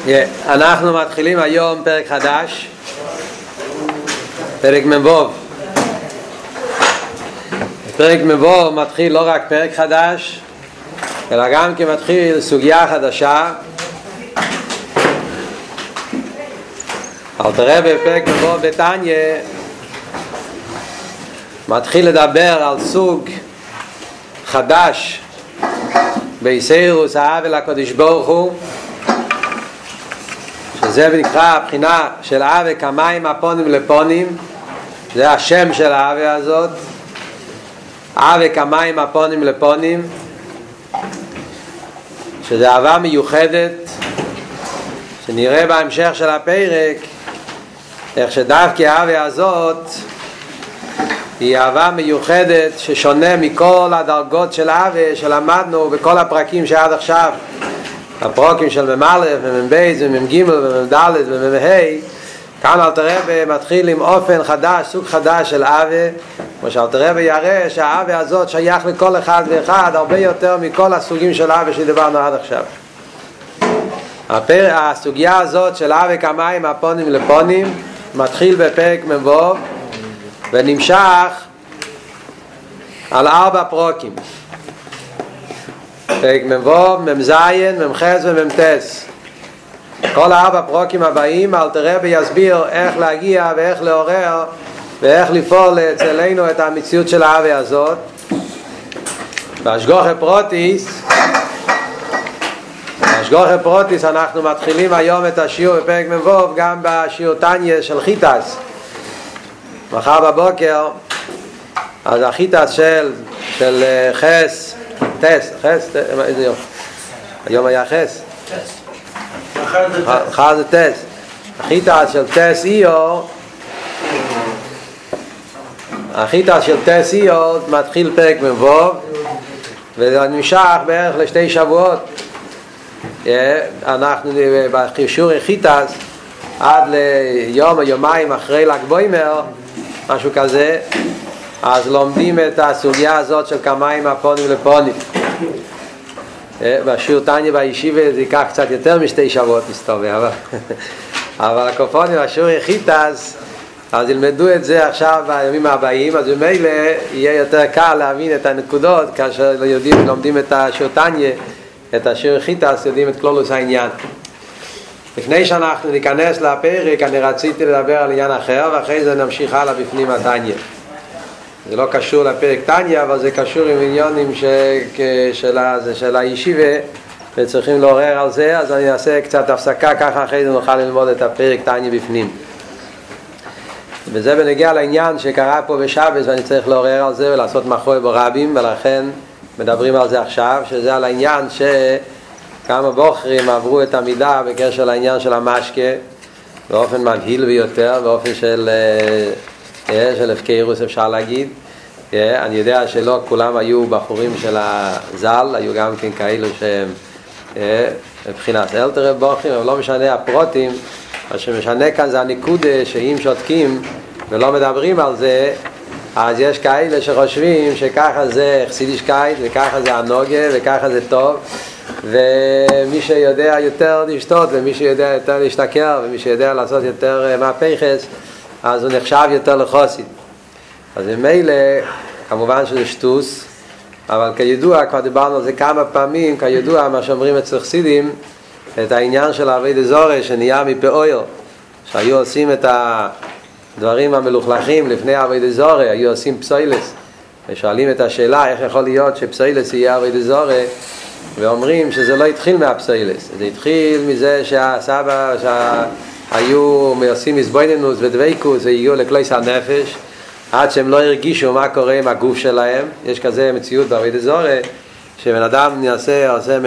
אנחנו מתחילים היום פרק חדש, פרק מבוא. פרק מבוא מתחיל לא רק פרק חדש, אלא גם כי מתחיל סוגיה חדשה. אלתר רבי בפרק מבוא בתניא מתחיל לדבר על סוג חדש ביסיירוס האהבה לקדוש ברוך הוא, שזה נקרא הבחינה של אהבה כמים הפונים לפונים. זה השם של האהבה הזאת, אהבה כמים הפונים לפונים, שזה אהבה מיוחדת, שנראה בהמשך של הפרק איך שדווקא האהבה הזאת היא אהבה מיוחדת ששונה מכל הדרגות של אהבה שלמדנו בכל הפרקים שעד עכשיו, הפרקים של מ"א ומ"ב ומ"ג ומ"ד ומ"ה. כאן אלתר רבי מתחיל עם אופן חדש, סוג חדש של אהבה, כמו שאלתר רבי יראה שהאהבה הזאת שייך לכל אחד ואחד הרבה יותר מכל הסוגים של אהבה שדיברנו עד עכשיו. הסוגיה הזאת של אהבה כמים הפונים לפונים מתחיל בפרק מבוא ונמשך על 4 פרקים. פרק מבוא, מ"ז, מ"ח ומ"ט. כל 4 פרקים הבאים אלתר רבי יסביר איך להגיע ואיך לעורר ואיך לפעול אצלנו את המציאות של האהבה הזאת. בהשגחה פרוטיס אנחנו מתחילים היום את השיעור בפרק מבוא גם בשיעור תניא של חיטס. מחר בבוקר אז החיטס של חס איזה יום? היום היה חס? מחר זה טס. החיטס של טס איור, החיטס של טס איור מתחיל פרק מבוא וזה נמשך בערך ל2 שבועות. אנחנו בשיעור חיטס עד ליום או יומיים אחרי ל"ג בעומר, משהו כזה, אז לומדים את הסוגיה הזאת של כמים הפונים לפונים. בשיעור תניא בישיבה זה ייקח קצת יותר מ2 שבועות מסתובב, אבל הקופונים בשיעור חיטס אז ילמדו את זה עכשיו בימים הבאים, אז במילא יהיה יותר קל להבין את הנקודות כאשר לומדים את השיעור תניא, את השיעור חיטס, יודעים את כלולוס העניין. לפני שאנחנו ניכנס לפרק אני רציתי לדבר על עניין אחר ואחרי זה נמשיך הלאה בפנים התניא. זה לא קשור לפרק תניא אבל זה קשור עם עניונים של הישיבה וצריכים לעורר על זה, אז אני אעשה קצת הפסקה ככה אחרי זה נוכל ללמוד את הפרק תניא בפנים. וזה בנגיע לעניין שקרה פה בשבת ואני צריך לעורר על זה ולעשות מחוי ברבים, ולכן מדברים על זה עכשיו, שזה על העניין כמה בוחרים עברו את המידה בקשר לעניין של המשקה באופן מבהיל ביותר, באופן של הפקרות אפשר להגיד. אני יודע שלא כולם היו בחורים של הזל, היו גם כן כאלו שהם מבחינת אלתר בוחרים, אבל לא משנה הפרוטים. מה שמשנה כאן זה הנקודה שאם שותקים ולא מדברים על זה, אז יש כאלה שחושבים שככה זה חסידישקייט וככה זה הנוגה וככה זה טוב, ומי שיודע יותר לשתות ומי שיודע יותר להשתכר ומי שיודע לעשות יותר מהפכס אז הוא נחשב יותר לחסיד. אז ממילא כמובן שזה שטוס, אבל כידוע, כבר דיברנו על זה כמה פעמים, כידוע מה שאומרים אצל חסידים את העניין של עבודת זרה שנהיה מפאויר, שהיו עושים את הדברים המלוכלכים לפני עבודת זרה, היו עושים פסוילס ושואלים את השאלה איך יכול להיות שפסוילס יהיה עבודת זרה, ואומרים שזה לא התחיל מהפסוילס, זה התחיל מזה שהסבא שהיו עושים מזבוינינוס ודוויקוס והגיעו לכלויס הנפש עד שהם לא הרגישו מה קורה עם הגוף שלהם. יש כזה מציאות בעבודת זרה שבן אדם עושה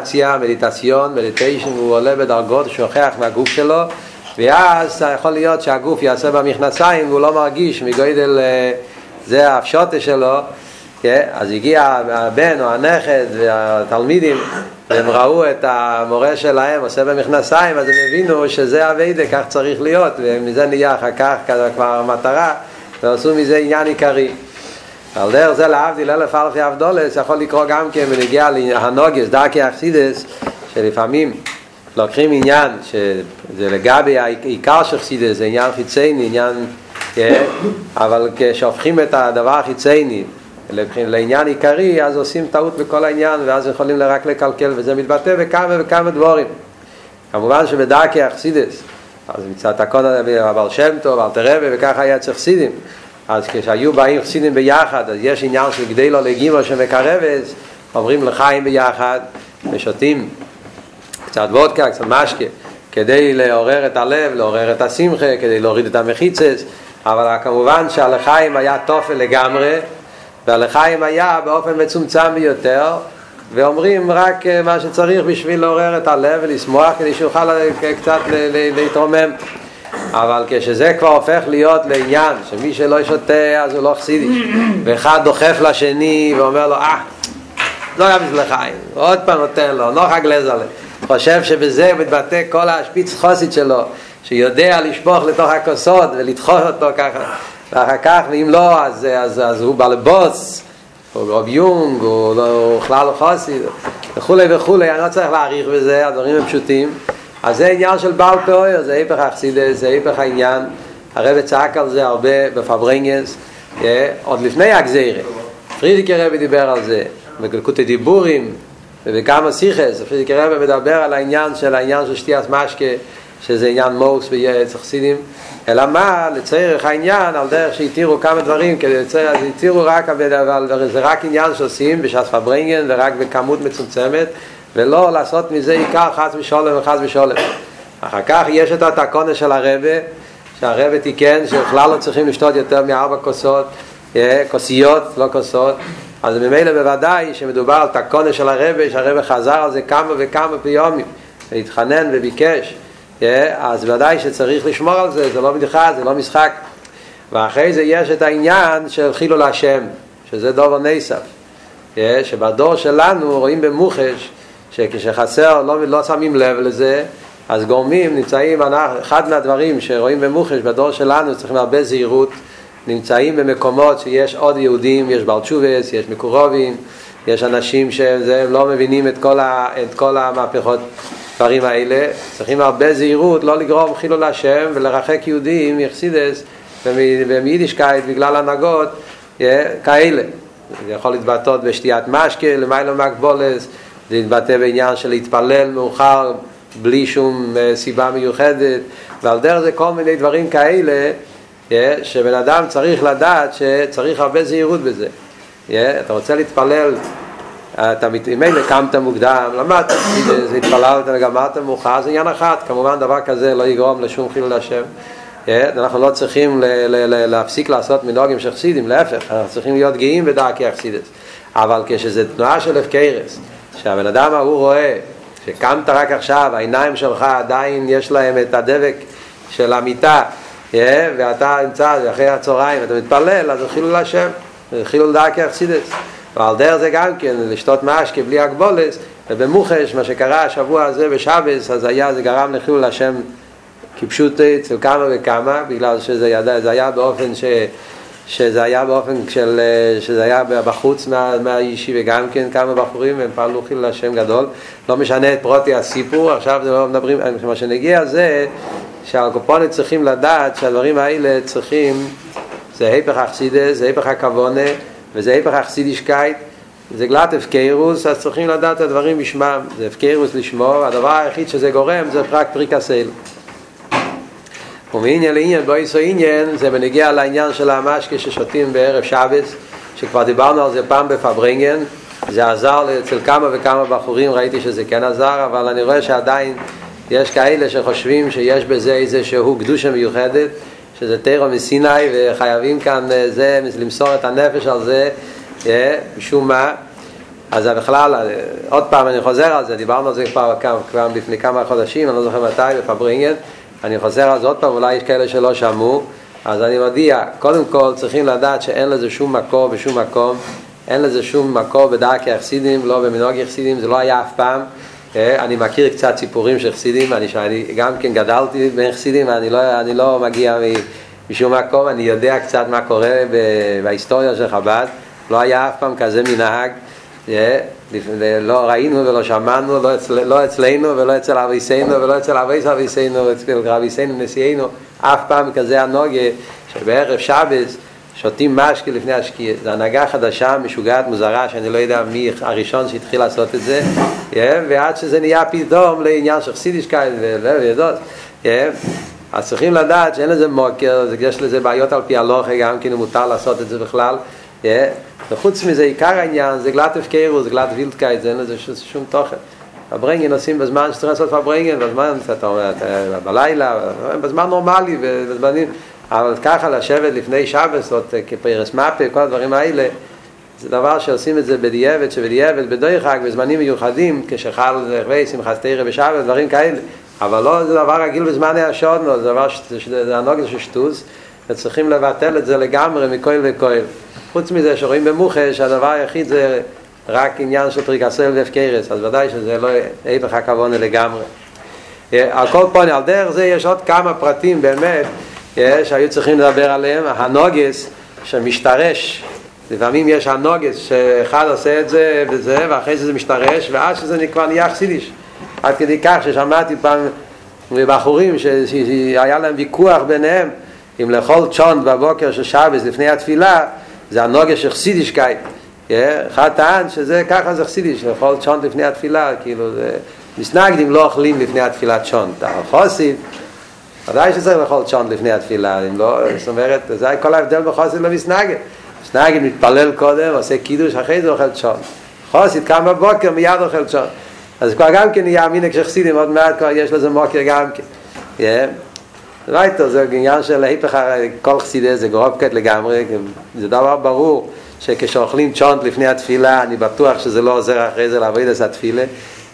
מדיטיישן והוא עולה בדרגות שוכח מהגוף שלו, ואז יכול להיות שהגוף יעשה במכנסיים והוא לא מרגיש מגודל זה ההפשוטה שלו. אז הגיע הבן או הנכד והתלמידים והם ראו את המורה שלהם עושה במכנסיים, אז הם הבינו שזה עבודה, כך צריך להיות, ומזה נהיה אחר כך כבר מטרה ועשו מזה עניין עיקרי. על דרך זה להבדיל אלף אלפי הבדולת יכול לקרוא גם כן בנגיע להנוגס, דרכי אכסידס, שלפעמים לוקחים עניין שזה לגבי העיקר של חסידות, זה עניין חיצייני, עניין, אבל כשהופכים את הדבר החיצייני לעניין עיקרי, אז עושים טעות בכל העניין, ואז יכולים רק לקלקל, וזה מתבטא בכמה וכמה דברים. כמובן שבדרכי החסידות, אז מצד הקוד הבעל שם טוב, אלתר רבי, וככה היה צריך חסידים. אז כשהיו באים חסידים ביחד, אז יש עניין של גדלו לגימו שמקרבת, עוברים לחיים ביחד, ושותים קצת וודקה, קצת משקה, כדי לעורר את הלב, לעורר את השמחה, כדי להוריד את המחיצס, אבל כמובן שהלחיים היה תופל לגמרי, והלחיים היה באופן מצומצם ביותר, ואומרים רק מה שצריך בשביל לעורר את הלב ולשמוח, כדי שיוכל קצת להתרומם. אבל כשזה כבר הופך להיות לעניין שמי שלא שותה אז הוא לא חסידי, ואחד דוחף לשני ואומר לו לא היה בשביל לחיים, עוד פעם נותן לו, נוח הגלז עליו, חושב שבזה מתבטא כל השפיץ חוסית שלו, שיודע לשפוך לתוך הכוסות ולדחוף אותו ככה, ואחר כך ואם לא אז הוא בא לבוס, הוא רב יונג, הוא כלל חוסית וכולי וכולי. אני לא צריך להעריך בזה, הדברים הם פשוטים. אז זה עניין של בעל פאויר, זה היפך החסידות, זה היפך העניין. הרב צעק על זה הרבה בפברנגס, עוד לפני הגזירה. פרידיקי רבי דיבר על זה, בקלקוטי דיבורים, ובכמה שיחס, פרידיקי רבי מדבר על העניין של שתיית משקה, שזה עניין מוס ויעץ חסידים. אלא מה, לצריך העניין, על דרך שהתירו כמה דברים, כדי לצריך, אז התירו רק, אבל זה רק עניין שעושים בשעת פברנגן, ורק בכמות מצומצמת, ולא לעשות מזה עיקר חס ושולם וחס ושולם. אחר כך יש את התקונה של הרבה, שהרבה תיקן שבכלל לא צריכים לשתות יותר מ4 כוסות, כוסיות, לא כוסות. אז ממילא בוודאי שמדובר על תקונה של הרבה, שהרבה חזר על זה כמה וכמה פעמים, והתחנן וביקש. אז ודאי שצריך לשמור על זה, זה לא בדיחה, זה לא משחק. ואחרי זה יש את העניין של חילול השם, שזה דובר נסף, שבדור שלנו רואים במוחש שכשחסר לא שמים לב לזה, אז גורמים נמצאים, אחד מהדברים שרואים במוחש בדור שלנו צריכים הרבה זהירות, נמצאים במקומות שיש עוד יהודים, יש בעל תשובס, יש מקורובים, יש אנשים שהם לא מבינים את כל המהפכות דברים האלה, צריכים הרבה זהירות לא לגרום חילול השם ולרחק יהודים מחסידס ומיידישקייט בגלל הנהגות כאלה. זה יכול להתבטא בשתיית משקה למיילו מהגבולס, זה להתבטא בעניין של להתפלל מאוחר בלי שום סיבה מיוחדת, ועל דרך זה כל מיני דברים כאלה שבן אדם צריך לדעת שצריך הרבה זהירות בזה. אתה רוצה להתפלל, אתה מתאמן, קמת מוקדם, למדת, זה התפללת וגמרת מאוחר, זה עניין אחד. כמובן דבר כזה לא יגרום לשום חילול השם. אנחנו לא צריכים להפסיק לעשות מנהגים של חסידים, להפך, אנחנו צריכים להיות גאים בדרכי החסידות. אבל כשזה תנועה של הפקרס, שהבן אדם ההוא רואה שקמת רק עכשיו, העיניים שלך עדיין יש להם את הדבק של המיטה, ואתה נמצא אחרי הצהריים ואתה מתפלל, אז זה חילול השם, זה חילול דרכי החסידות. ועל דרך זה גם כן לשתות משקה בלי הגבולס, ובמוחש מה שקרה השבוע הזה בשבס, אז זה גרם לחילול השם כפשוט אצל כמה וכמה, בגלל שזה היה באופן שזה היה בחוץ מהישיבה, וגם כן כמה בחורים הם פעלו חילול השם גדול. לא משנה את פרוטי הסיפור, עכשיו זה לא מדברים, מה שנגיע זה שהקופונים צריכים לדעת שהדברים האלה צריכים, זה היפך החסידס, זה היפך הכוונה, וזה היפך החסידישקייט, זה גלת הפקרוס, אז צריכים לדעת את הדברים בשמם, זה הפקרוס לשמור, הדבר היחיד שזה גורם זה רק פריקסל. ומעניין לעניין בויסו עניין, זה בנגיע לעניין של המשקה ששותים בערב שבס, שכבר דיברנו על זה פעם בפברנגן, זה עזר אצל כמה וכמה בחורים, ראיתי שזה כן עזר, אבל אני רואה שעדיין יש כאלה שחושבים שיש בזה איזשהו קדושה מיוחדת, שזה תירו מסיני, וחייבים כאן זה, למסור את הנפש על זה, משום מה. אז בכלל, עוד פעם אני חוזר על זה, דיברנו על זה כבר לפני כמה חודשים, אני לא זוכר מתי, בפברנגן, אני חוזר על זה עוד פעם, אולי יש כאלה שלא שמעו, אז אני מודיע, קודם כל צריכים לדעת שאין לזה שום מקור בשום מקום, אין לזה שום מקור בדרכי החסידים, לא במנהגי חסידים, זה לא היה אף פעם. אני מכיר קצת סיפורים של חסידים, אני גם כן גדלתי בין חסידים, אני לא מגיע משום מקום, אני יודע קצת מה קורה בהיסטוריה של חב"ד, לא היה אף פעם כזה מנהג, לא ראינו ולא שמענו, לא אצלנו ולא אצל אביסינו ולא אצל אביס אביסינו, אצל אביסינו נשיאנו, אף פעם כזה הנוגה שבערב שבת שותים משקה לפני השקיעה. זו הנהגה חדשה, משוגעת, מוזרה, שאני לא יודע מי הראשון שהתחיל לעשות את זה, ועד שזה נהיה פתאום לעניין של חסידישקייט וידות. אז צריכים לדעת שאין לזה מוקר, יש לזה בעיות על פי הלוכה, גם כן מותר לעשות את זה בכלל. וחוץ מזה, עיקר העניין זה גלת הפקרו, זה גלת וילדקייט, זה אין לזה שום תוכן. פברנגן עושים בזמן שצריך לעשות פברנגן, בזמן, אתה אומר, בלילה, בזמן נורמלי, בזמנים, אבל ככה לשבת לפני שבת, זאת כפרס מפה, כל הדברים האלה, זה דבר שעושים את זה בדיעבד, שבדיעבד, בדויחק, בזמנים מיוחדים, כשחל רכבי, שמחת תירה בשבת, דברים כאלה. אבל לא, זה דבר רגיל בזמן השעות, זה דבר שזה הנוגע של שטוס, וצריכים לבטל את זה לגמרי מכל וכל. חוץ מזה שרואים במוחש, הדבר היחיד זה רק עניין של פריקסל והפקרס, אז ודאי שזה לא היפך הכוונה לגמרי. על כל פונים, על דרך זה יש עוד כמה פרטים באמת, שהיו צריכים לדבר עליהם. הנוגס שמשתרש, לפעמים יש הנוגס שאחד עושה את זה וזה, ואחרי זה משתרש, ואז שזה כבר נהיה חסידיש. עד כדי כך ששמעתי פעם בחורים שהיה להם ויכוח ביניהם, אם לאכול צ'ונט בבוקר של שבת לפני התפילה, זה הנוגס של חסידישקייט. אחד טען שזה ככה זה חסידיש, לאכול צ'ונט לפני התפילה, כאילו זה... מסנגדים לא אוכלים לפני התפילה צ'ונט, אבל חסיד, ודאי שצריך לאכול צ'ונט לפני התפילה, אם לא, זאת אומרת, זה כל ההבדל בחסיד למסנגד. מסנגד מתפלל קודם, עושה קידוש, אחרי זה אוכל צ'ונט. חסיד קם בבוקר, מיד אוכל צ'ונט. אז כבר גם כן נהיה מינק של חסידים, עוד מעט כבר יש לזה מוקר גם כן. ראיתו, זה עניין של היפך, כל חסידי זה גרובקט לגמרי, זה דבר ברור שכשאוכלים צ'ונט לפני התפילה, אני בטוח שזה לא עוזר אחרי זה לעבוד את התפילה,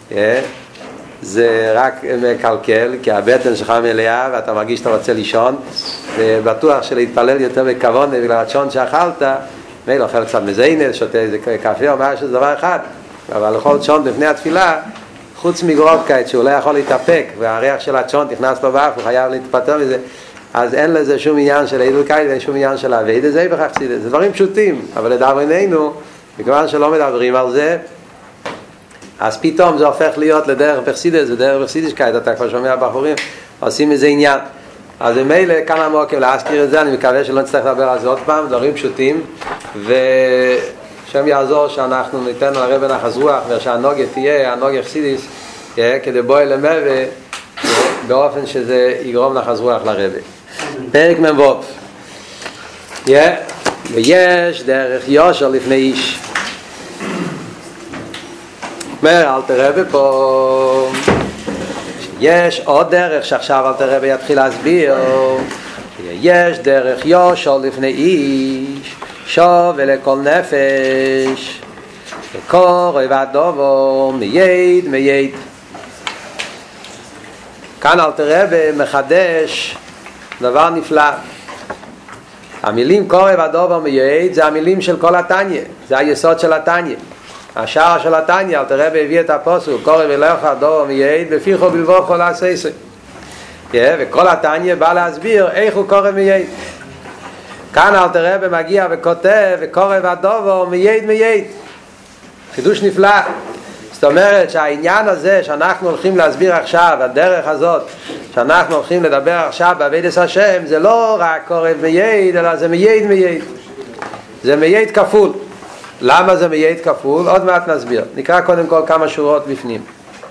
זה רק מקלקל, כי הבטן שלך מלאה ואתה מרגיש שאתה רוצה לישון, ובטוח שלהתפלל יותר בכוון בגלל הצ'ונט שאכלת, מילא אוכל קצת מזיינת, שותה איזה קפה או משהו, זה דבר אחד, אבל לאכול צ'ונט לפני התפילה, חוץ מגרובקייט שהוא לא יכול להתאפק, והריח של הצ'ונט נכנס לו באף, הוא חייב להתפטר מזה, אז אין לזה שום עניין של עידולקייט ואין שום עניין של אביידה, זה בחחסידה, זה דברים פשוטים, אבל לדברנו, מכיוון שלא מדברים על זה, אז פתאום זה הופך להיות לדרך בחסידה, זה דרך בחסידישקייט, אתה כבר שומע בחורים, עושים מזה עניין. אז במילא כמה מוקים להזכיר את זה, אני מקווה שלא נצטרך לדבר על זה עוד פעם, דברים פשוטים, ושם יעזור שאנחנו ניתן לרב נחס רוח, ושהנוגה תהיה, הנוגה חסידיס, כדי בוא למווה, באופן שזה יגרום נחס רוח לרב. פרק מבוב. ויש דרך יושר לפני איש. אומר אל תראה פה יש עוד דרך שעכשיו אל תראה יתחיל להסביר, יש דרך יושר לפני איש שווה לכל נפש וקורא והדובו מייד. כאן אל תראה מחדש דבר נפלא. המילים קורא והדובו מייד זה המילים של כל התניה, זה היסוד של התניה. השער של התניה, אל תראה הביא את הפוסוק, קורא ולך דור מייד, בפיחו בלבוכו לעשייסו. וכל התניה בא להסביר איך הוא קורא מייד. כאן אל תראה מגיע וכותב, וקורא והדור מייד. חידוש נפלא. זאת אומרת שהעניין הזה שאנחנו הולכים להסביר עכשיו, הדרך הזאת, שאנחנו הולכים לדבר עכשיו בעבודת השם, זה לא רק קורא מייד, אלא זה מייד. זה מייד כפול. למה זה מייד כפול? עוד מעט נסביר. נקרא קודם כל כמה שורות בפנים.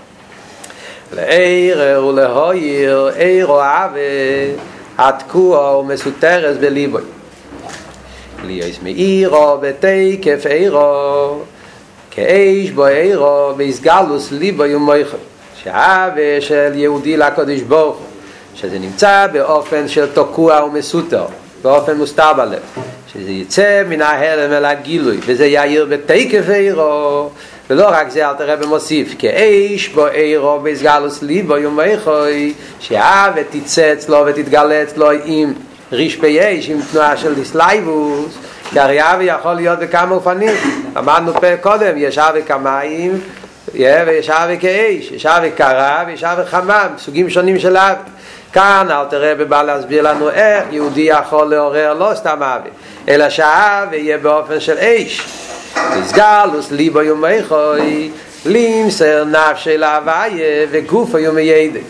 לערר ולהויר, עיר או עווה, התקוע ומסותרס בליבוי. ליאס מאירו בתקף עירו, כאיש בו עירו, בהסגלוס ליבוי ומויכו. שהעווה של יהודי לקדוש ברוך הוא, שזה נמצא באופן של תקוע ומסותר, באופן מוסתר בלב. שזה יצא מן ההלם אל הגילוי, וזה יאיר בתקף עירו, ולא רק זה אל תראה במוסיף, כאיש בו עירו בהסגלוס ליבוי ומויכוי, שהעווה תצא אצלו ותתגלה אצלו עם רשפי אש, עם תנועה של דיסלייבוס, כי הרי עווה יכול להיות בכמה אופנים. אמרנו פה קודם, יש עווה כמים, ויש עווה כאש, יש עווה קרה ויש עווה חמם, סוגים שונים של עווה. כאן אל תראה בא להסביר לנו איך יהודי יכול לעורר לא סתם עווה, אלא שהעווה יהיה באופן של אש, איסגלוס ליבו יומייכוי למסר נפשי להוויה וגופו יומיידי,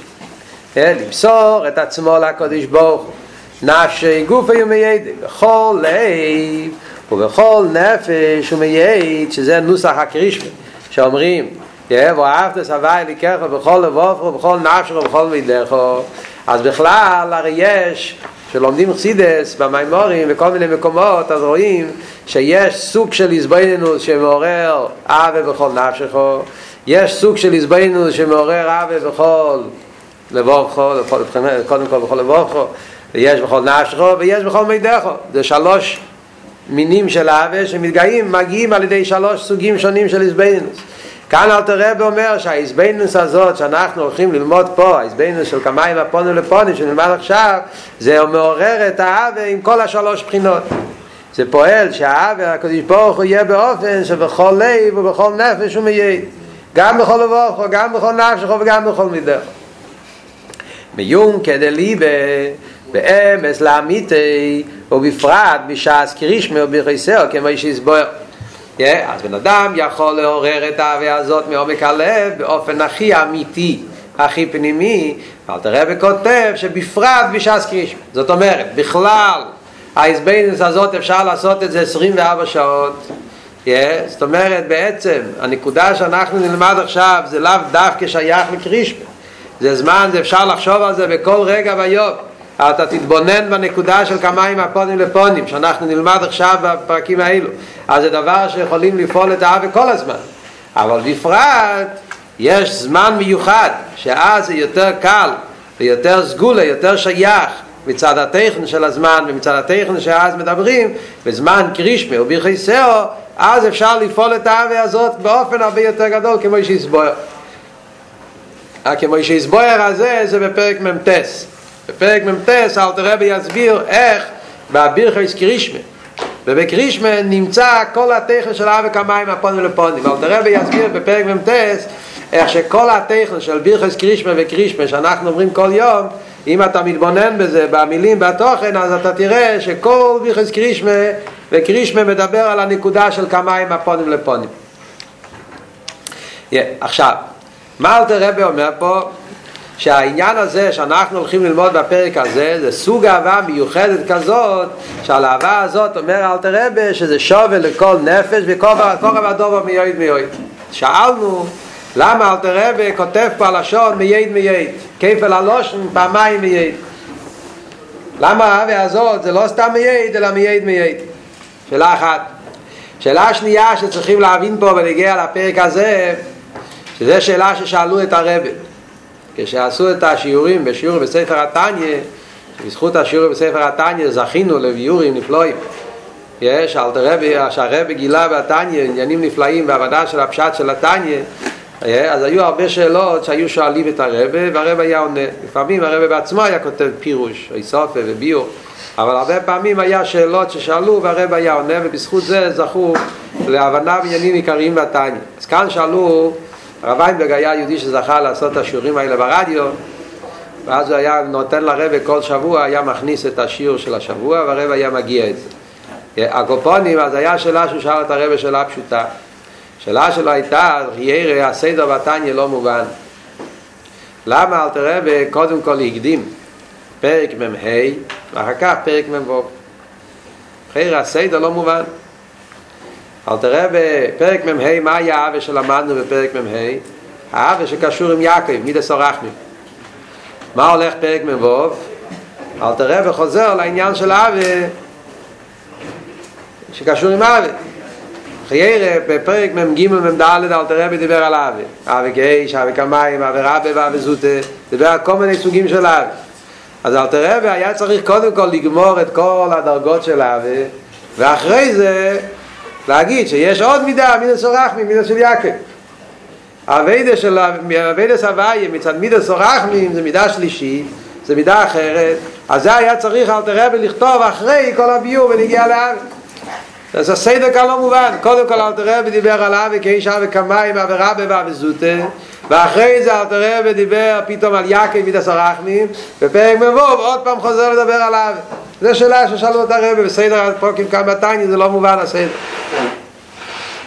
למסור את עצמו לקדוש ברוך הוא נפשי גופו יומיידי בכל לב ובכל נפש ומייד, שזה נוסח הקרישמה שאומרים ואהבת את הווי אלוקיך בכל לבבך ובכל נפשך ובכל מידך. אז בכלל הרי יש שלומדים חסידות במיימורים וכל מיני מקומות, אז רואים שיש סוג של התבוננות שמעורר אהבה בכל נפשך, יש סוג של התבוננות שמעורר אהבה בכל לבבך, קודם כל בכל לבבך, ויש בכל נפשך ויש בכל מידך. זה שלוש מינים של אהבה שמגיעים על ידי שלוש סוגים שונים של התבוננות. כאן אלתר רבי אומר שההתבוננות הזאת שאנחנו הולכים ללמוד פה, ההתבוננות של כמיים הפונים לפונים שנלמד עכשיו, זה מעורר את האהבה עם כל השלוש בחינות. זה פועל שהאהבה הקדוש ברוך הוא יהיה באופן שבכל לב ובכל נפש הוא מייד, גם בכל לבבך, גם בכל נפשך וגם בכל מידך. מיום כדליבה באמס לאמיתי ובפרט בשעס קרישמה ובחסר כמו שהסביר. אז בן אדם יכול לעורר את האהבה הזאת מעומק הלב באופן הכי אמיתי, הכי פנימי. אלתר רבי כותב שבפרט בשעס קרישמה, זאת אומרת בכלל ההתבוננות הזאת אפשר לעשות את זה 24 שעות. זאת אומרת בעצם הנקודה שאנחנו נלמד עכשיו זה לאו דווקא שייך לקרישמה, זה זמן, זה אפשר לחשוב על זה בכל רגע ביום. אתה תתבונן בנקודה של כמיים הפונים לפונים שאנחנו נלמד עכשיו בפרקים האלו, אז זה דבר שיכולים לפעול את האהבה כל הזמן. אבל בפרט יש זמן מיוחד שאז זה יותר קל ויותר סגולה, יותר שייך מצד הטכן של הזמן ומצד הטכן שאז מדברים בזמן קרישמה ובחסר, אז אפשר לפעול את האהבה הזאת באופן הרבה יותר גדול כמו שהסביר. כמו שהסביר הזה זה בפרק ממתס. בפרק ממתס אלתר רבי יסביר איך בברכת קרישמה, ובקרישמה נמצא כל הטכן של אהבה כמיים הפונים לפונים. אלתר רבי יסביר בפרק ממתס איך שכל הטכן של ברכת קרישמה וקרישמה שאנחנו אומרים כל יום, אם אתה מתבונן בזה במילים בתוכן, אז אתה תראה שכל ברכת קרישמה וקרישמה מדבר על הנקודה של כמיים הפונים לפונים. עכשיו מה אלתר רבי אומר פה? שהעניין הזה שאנחנו הולכים ללמוד בפרק הזה זה סוג אהבה מיוחדת כזאת, שעל האהבה הזאת אומר אלתר רבי שזה שווה לכל נפש וכורח הדובר מייד מייד. שאלנו למה אלתר רבי כותב פה הלשון מייד מייד, כפל הלושן פעמיים מייד, למה האהבה הזאת זה לא סתם מייד אלא מייד מייד? שאלה אחת. שאלה שנייה שצריכים להבין פה ונגיע לפרק הזה, שזה שאלה ששאלו את הרבי כשעשו את השיעורים בשיעורים בספר התניא, בזכות השיעורים בספר התניא זכינו לביורים נפלאים. יש אלתר רבי, שהרבי גילה בתניא עניינים נפלאים בהבנה של הפשט של התניא, אז היו הרבה שאלות שהיו שואלים את הרבי והרבי היה עונה. לפעמים הרבי בעצמו היה כותב פירוש איסופיה וביור, אבל הרבה פעמים היה שאלות ששאלו והרבי היה עונה, ובזכות זה זכו להבנה בעניינים עיקריים בתניא. אז כאן שאלו, הרב איינברג היה יהודי שזכה לעשות את השיעורים האלה ברדיו, ואז הוא היה נותן לרבי כל שבוע, היה מכניס את השיעור של השבוע והרבי היה מגיע את זה. הקופונים, אז היה שאלה שהוא שאל את הרבי שאלה פשוטה. שאלה שלו הייתה, יראה הסדר בתניא לא מובן, למה אלתר רבי קודם כל הקדים פרק מ"ה ואחר כך פרק מ"ו? אחרי הסדר לא מובן. אלתר רבי פרק מ"ה, מה היה האהבה שלמדנו בפרק מ"ה? האהבה שקשור עם יעקב, מידס הרחמים. מה הולך פרק מ"ו? אלתר רבי חוזר לעניין של האהבה שקשור עם אהבה. חיירה בפרק מ"ג מ"ד אלתר רבי דיבר על אהבה, אהבה כאש, אהבה כמים, אהבה רבה ואהבה זוטה, דיבר על כל מיני סוגים של אהבה. אז אלתר רבי היה צריך קודם כל לגמור את כל הדרגות של אהבה, ואחרי זה להגיד שיש עוד מידה, מידס הרחמים, מידה של יעקב. הווידס הוויה מצד מידס הרחמים זה מידה שלישית, זה מידה אחרת. אז זה היה צריך אלתר רבי לכתוב אחרי כל הביור ונגיע לאהבה. אז הסדר כאן לא מובן. קודם כל אלתר רבי דיבר על אהבה כאש, אהבה כמים, אהבה רבה ואהבה זוטה, ואחרי זה אלתר רבי דיבר פתאום על יעקב מידס הרחמים, בפרק מ"ו עוד פעם חוזר לדבר על אהבה. זו שאלה ששאלו את הרבי בסדר הפרקים כאן בתניא, זה לא מובן הסדר.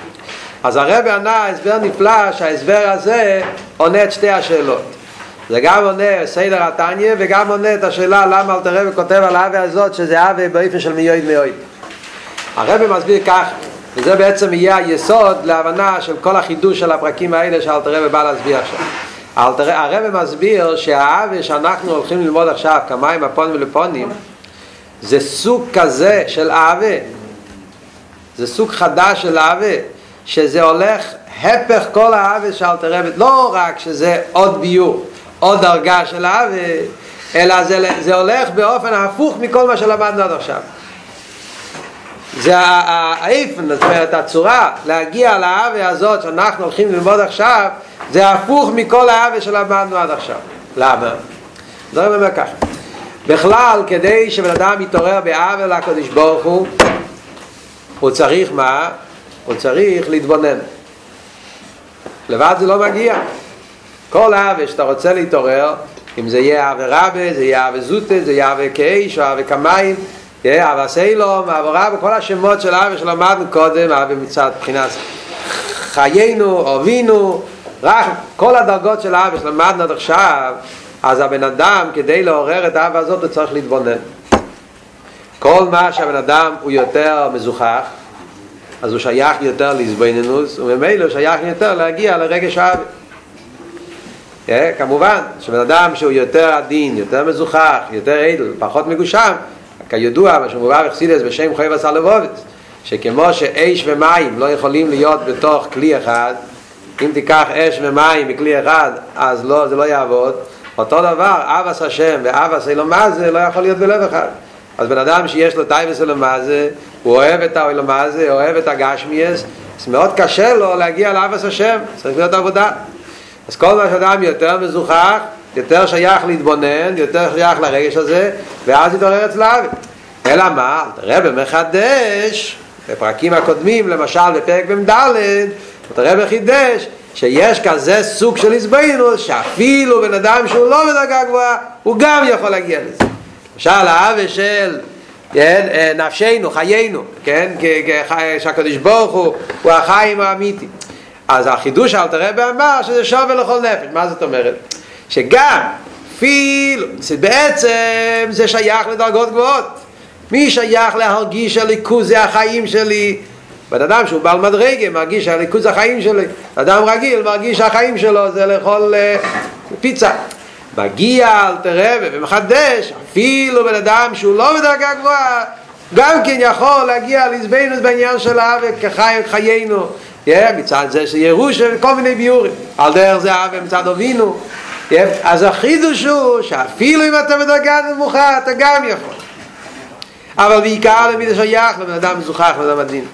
אז הרב ענה הסבר נפלא שההסבר הזה עונה את שתי השאלות. זה גם עונה סדר התניא וגם עונה את השאלה למה אלתר רבי כותב על ההווה הזאת שזה ההווה באופן של מיועד מיועד. הרב מסביר כך, וזה בעצם יהיה היסוד להבנה של כל החידוש של הפרקים האלה שאלתר רבי בא להסביר עכשיו. הרב מסביר שההווה שאנחנו הולכים ללמוד עכשיו כמים הפונים ולפונים זה סוג כזה של ההווה, זה סוג חדש של ההווה, שזה הולך הפך כל ההווה שאלתר רבי, לא רק שזה עוד ביור, עוד דרגה של ההווה, אלא זה הולך באופן הפוך מכל מה שלמדנו עד עכשיו. זה האיפן, זאת אומרת הצורה להגיע להווה הזאת שאנחנו הולכים ללמוד עכשיו, זה הפוך מכל ההווה שלמדנו עד עכשיו. למה? זה אומר ככה, בכלל כדי שבן אדם יתעורר בהווה לקדוש ברוך הוא צריך מה? הוא צריך להתבונן. לבד זה לא מגיע. כל ההווה שאתה רוצה להתעורר, אם זה יהיה ההווה רבה, זה יהיה ההווה זוטה, זה יהיה ההווה כאיש או ההווה כמיים, יהיה ההווה סיילום, ההווה רבה, כל השמות של ההווה שלמדנו קודם, ההווה מצד בחינת חיינו, אוהבינו, רק כל הדרגות של ההווה שלמדנו עד עכשיו, אז הבן אדם כדי לעורר את ההווה הזאת הוא צריך להתבונן. כל מה שהבן אדם הוא יותר מזוכח, אז הוא שייך יותר להסבינינוס, וממילא הוא שייך יותר להגיע לרגש ההווה. כמובן שבן אדם שהוא יותר עדין, יותר מזוכח, יותר עדל, פחות מגושם, כידוע מה שמובא בחסידות בשם חייב עשה לבובץ, שכמו שאש ומים לא יכולים להיות בתוך כלי אחד, אם תיקח אש ומים בכלי אחד אז לא, זה לא יעבוד. אותו דבר אבס השם ואבס אילומזה לא יכול להיות בלב אחד. אז בן אדם שיש לו טייבס אילומזה, הוא אוהב את האילומזה, אוהב את הגשמיאס, אז מאוד קשה לו להגיע לאבס השם, צריך להיות עבודה. אז כל מה שאדם יותר מזוכח, יותר שייך להתבונן, יותר שייך לרגש הזה, ואז יתעורר אצלו. אלא מה? הרב מחדש בפרקים הקודמים, למשל בפרק מ"ד, הרב חידש שיש כזה סוג של הסבינוס שאפילו בן אדם שהוא לא בדרגה גבוהה הוא גם יכול להגיע לזה. למשל ההווה של נפשנו, חיינו, כן? שהקדוש ברוך הוא החיים האמיתי. אז החידוש שאלתר רבי אמר שזה שווה לכל נפש. מה זאת אומרת? שגם אפילו בעצם זה שייך לדרגות גבוהות. מי שייך להרגיש הליכוז זה החיים שלי? בן אדם שהוא בעל מדרגה מרגיש הליכוז החיים שלי. אדם רגיל מרגיש החיים שלו זה לאכול פיצה. מגיע אלתר רבי ומחדש אפילו בן אדם שהוא לא בדרגה גבוהה גם כן יכול להגיע להסבינוס בעניין של ההווה כחיינו, מצד זה שירוש וכל מיני ביורים על דרך זה ההווה מצד אבינו. אז החידוש הוא שאפילו אם אתה בדרגה נמוכה אתה גם יכול, אבל בעיקר למי זה שייך לבן אדם מזוכח, לבן אדם עדין.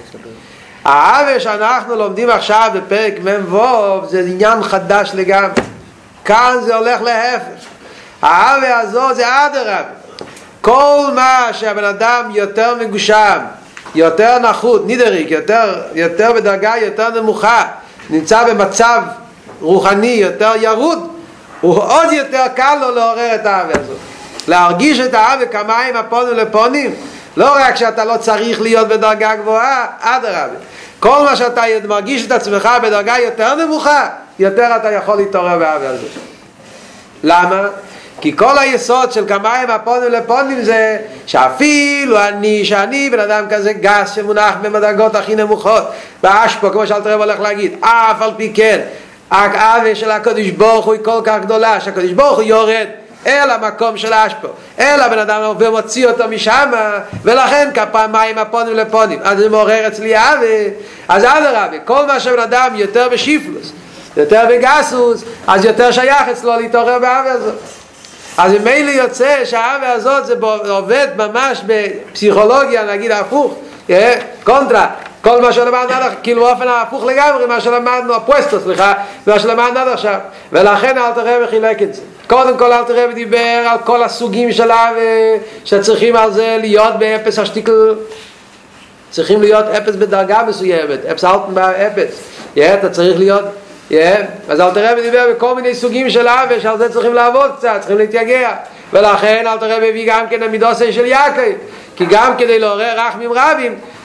ההווה שאנחנו לומדים עכשיו בפרק מ"ו זה עניין חדש לגמרי. כאן זה הולך להפך. ההווה הזו זה אדרבה. כל מה שהבן אדם יותר מגושם, יותר נחות, נידריק, יותר בדרגה יותר נמוכה, נמצא במצב רוחני יותר ירוד, הוא עוד יותר קל לו לעורר את ההווה הזאת. להרגיש את ההווה כמים הפונים לפונים, לא רק שאתה לא צריך להיות בדרגה גבוהה, אדרבה. כל מה שאתה מרגיש את עצמך בדרגה יותר נמוכה, יותר אתה יכול להתעורר בהווה הזאת. למה? כי כל היסוד של כמיים הפונים לפונים זה שאפילו שאני בן אדם כזה גס שמונח במדרגות הכי נמוכות באשפו, כמו שאלתר רבי הולך להגיד, אף על פי כן ההווה של הקדוש ברוך הוא היא כל כך גדולה שהקדוש ברוך הוא יורד אל המקום של האשפו, אל הבן אדם ומוציא אותו משם, ולכן כפעמיים הפונים לפונים, אז זה מעורר אצלי ההווה. אז אדרבה, כל מה שבן אדם יותר בשיפלוס, יותר בגסוס, אז יותר שייך אצלו להתעורר בהווה הזאת. אז ממילא יוצא שההווה הזאת זה עובד ממש בפסיכולוגיה, נגיד הפוך, קונטרה, כל מה שלמדנו עד עכשיו, כאילו באופן ההפוך לגמרי מה שלמדנו, הפואסטו, מה שלמדנו עד עכשיו. ולכן אלתר רבי חילק את זה. קודם כל אלתר רבי דיבר על כל הסוגים של ההווה, שצריכים על זה להיות באפס השתיקל, צריכים להיות אפס בדרגה מסוימת, אפס אלטן באפס, אתה צריך להיות, אז אלתר רבי דיבר בכל מיני סוגים של ההווה, שעל זה צריכים לעבוד קצת, צריכים להתייגע. ולכן אלתר רבי הביא גם כן המידוסי של יעקב, כי גם כדי לעורר רחמים רבים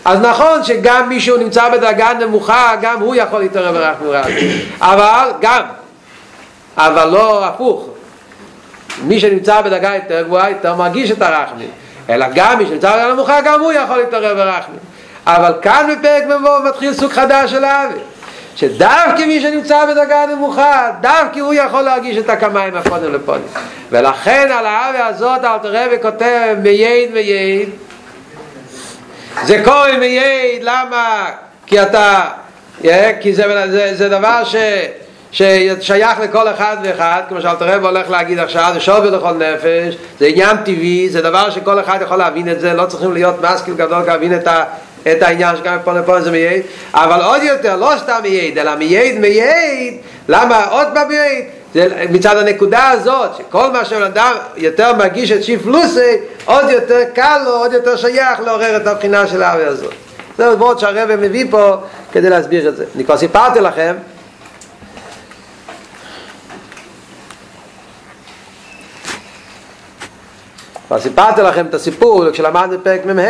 אז נכון שגם מישהו נמצא בדרגה נמוכה, גם הוא יכול להתערב ברחמים רבים, אבל לא הפוך. מי שנמצא בדרגה יותר גבוהה יותר מרגיש את הרחמים, אלא גם מי שנמצא בדרגה נמוכה, גם הוא יכול להתערב ברחמים. אבל כאן בפרק מבוא מתחיל סוג חדש של אהבה, שדווקא מי שנמצא בדרגה נמוכה, דווקא הוא יכול להרגיש את הקמיים הפונים לפונים. ולכן על האהבה הזאת אלתר רבי כותב מייד. זה קורא מייד, למה? כי זה דבר ששייך לכל אחד ואחד, כמו שאלתר רבי הולך להגיד עכשיו, זה שובר לכל נפש, זה עניין טבעי, זה דבר שכל אחד יכול להבין את זה, לא צריכים להיות משכיל גדול להבין את העניין שגם פה זה מייד, אבל עוד יותר, לא סתם מייד, אלא מייד, למה עוד פעם מייד? זה מצד הנקודה הזאת, שכל מה שאדם יותר מרגיש את שיפלוסי, עוד יותר קל לו, עוד יותר שייך לעורר את הבחינה של האהבה הזאת. זה דבר שהרב מביא פה כדי להסביר את זה. אני כבר סיפרתי לכם, את הסיפור כשלמדנו בפרק מ"ה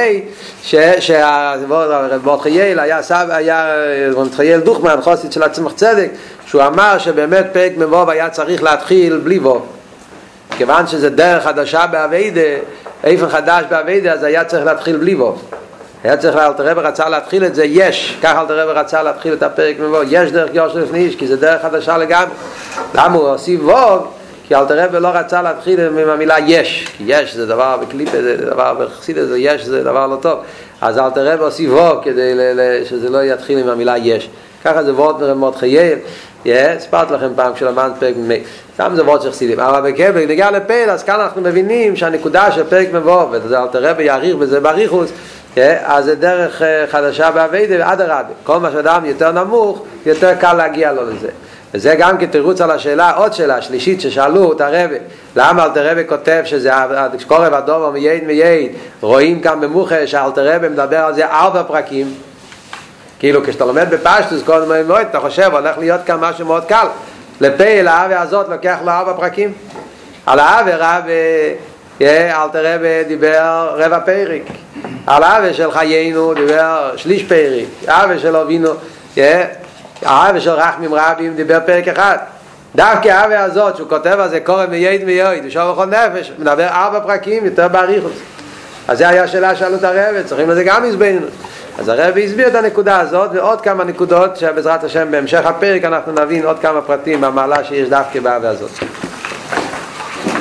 שהרב מרדכי חייל דוכמן חסיד של עצמך צדק, שהוא אמר שבאמת פרק מ"ו היה צריך להתחיל בלי וו, כיוון שזה דרך חדשה בעבודה, איפן חדש בעבודה, אז היה צריך להתחיל בלי וו. היה צריך, אלתר רבי רצה להתחיל את זה יש, ככה אלתר רבי רצה להתחיל את הפרק מ"ו, יש דרך יושר לפני איש, כי זה דרך חדשה לגמרי. למה הוא הוסיף וו? כי אלתר רבי לא רצה להתחיל עם המילה יש, כי יש זה דבר בקליפה, זה דבר בחסידות, זה יש זה דבר לא טוב. אז אלתר רבי הוסיף וו כדי שזה לא יתחיל עם המילה יש. ככה זה וורט מרמות חייל. הספרתי לכם פעם כשלמדנו פרק מ"ה, גם זה וורט של חסידים. אבל בנגיע לפעיל, אז כאן אנחנו מבינים שהנקודה של פרק מ"ו, וזה אלתר רבי יאריך בזה באריכות, אז זה דרך חדשה בעבודה, עד הרבה. כל מה שאדם יותר נמוך, יותר קל להגיע לו לזה. וזה גם כתירוץ על השאלה, עוד שאלה שלישית ששאלו את הרבי, למה אלתר רבי כותב שזה קורב הדובר מייד, רואים כאן במוחש שאלתר רבי מדבר על זה 4 פרקים, כאילו כשאתה לומד בפשטוס כל הזמן מאוד, אתה חושב הולך להיות כאן משהו מאוד קל, לפעיל האהבה הזאת לוקח לו 4 פרקים. על האהבה אלתר רבי דיבר 4 פרק, על האהבה של חיינו דיבר 3 פרק, האהבה של אבינו האהבה של רחמים רבים דיבר פרק 1. דווקא האהבה הזאת שהוא כותב על זה קורא מייד ושוב בכל נפש, מדבר 4 פרקים יותר באריכות. אז זה היה שאלה שאלו את הרבי, צריכים לזה גם הסברנו. אז הרבי הסביר את הנקודה הזאת ועוד כמה נקודות שבעזרת השם בהמשך הפרק אנחנו נבין עוד כמה פרטים במעלה שיש דווקא באהבה הזאת.